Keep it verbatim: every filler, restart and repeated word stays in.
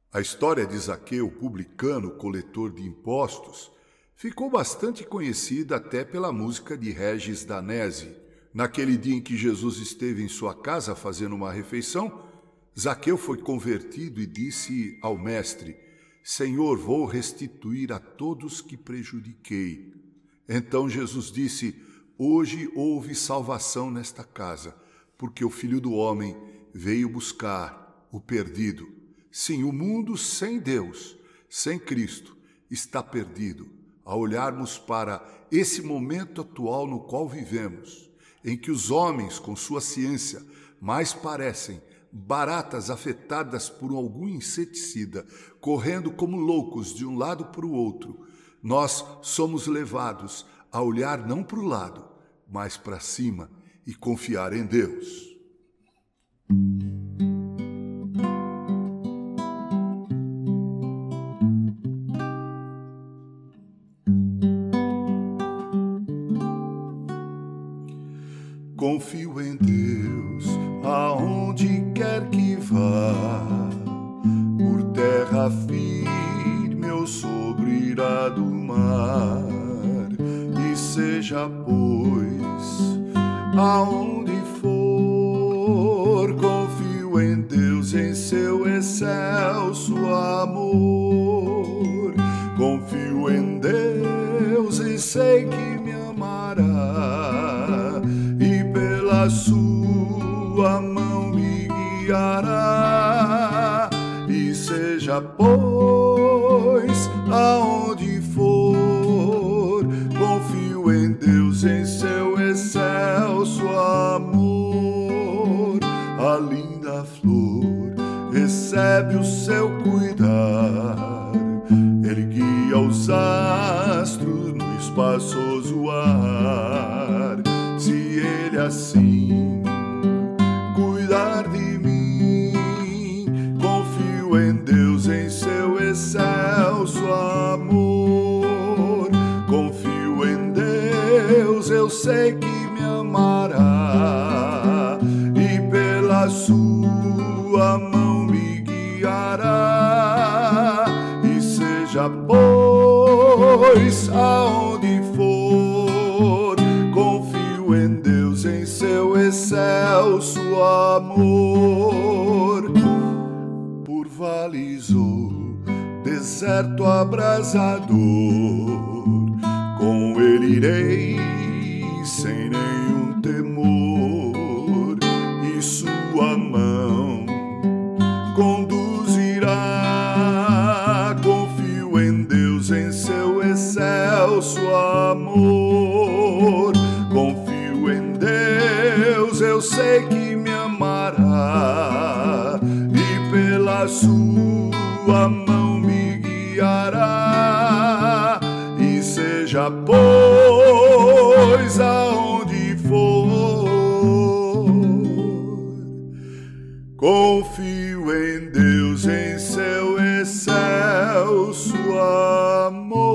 A história de Zaqueu, publicano, coletor de impostos, ficou bastante conhecida até pela música de Regis Danese. Naquele dia em que Jesus esteve em sua casa fazendo uma refeição, Zaqueu foi convertido e disse ao mestre: Senhor, vou restituir a todos que prejudiquei. Então Jesus disse: hoje houve salvação nesta casa, porque o Filho do Homem veio buscar o perdido. Sim, o mundo sem Deus, sem Cristo, está perdido. Ao olharmos para esse momento atual no qual vivemos, em que os homens, com sua ciência, mais parecem baratas afetadas por algum inseticida, correndo como loucos de um lado para o outro, nós somos levados a olhar não para o lado, mas para cima e confiar em Deus. Confio em Deus, aonde quer que vá, por terra firme ou sobre irá do mar, e seja, pois, aonde for, confio em Deus, em seu excelso amor. Confio em Deus e sei que me amará, a sua mão me guiará, e seja, pois, aonde for, confio em Deus, em seu excelso amor. A linda flor recebe o seu cuidar, ele guia os astros no espaçoso ar. Se ele assim cuidar de mim, confio em Deus, em seu excelso amor. Confio em Deus, eu sei que me amará, e pela sua mão me guiará, e seja, pois, aonde for, confio em Deus, em seu excelso amor. Por vales ou deserto abrasador, com ele irei sem nenhum temor, e sua mão conduzirá. Confio em Deus, em seu excelso amor. Confio em Deus, eu sei que me amará, e pela sua mão me guiará, e seja, pois, aonde for, confio em Deus, em seu excelso amor.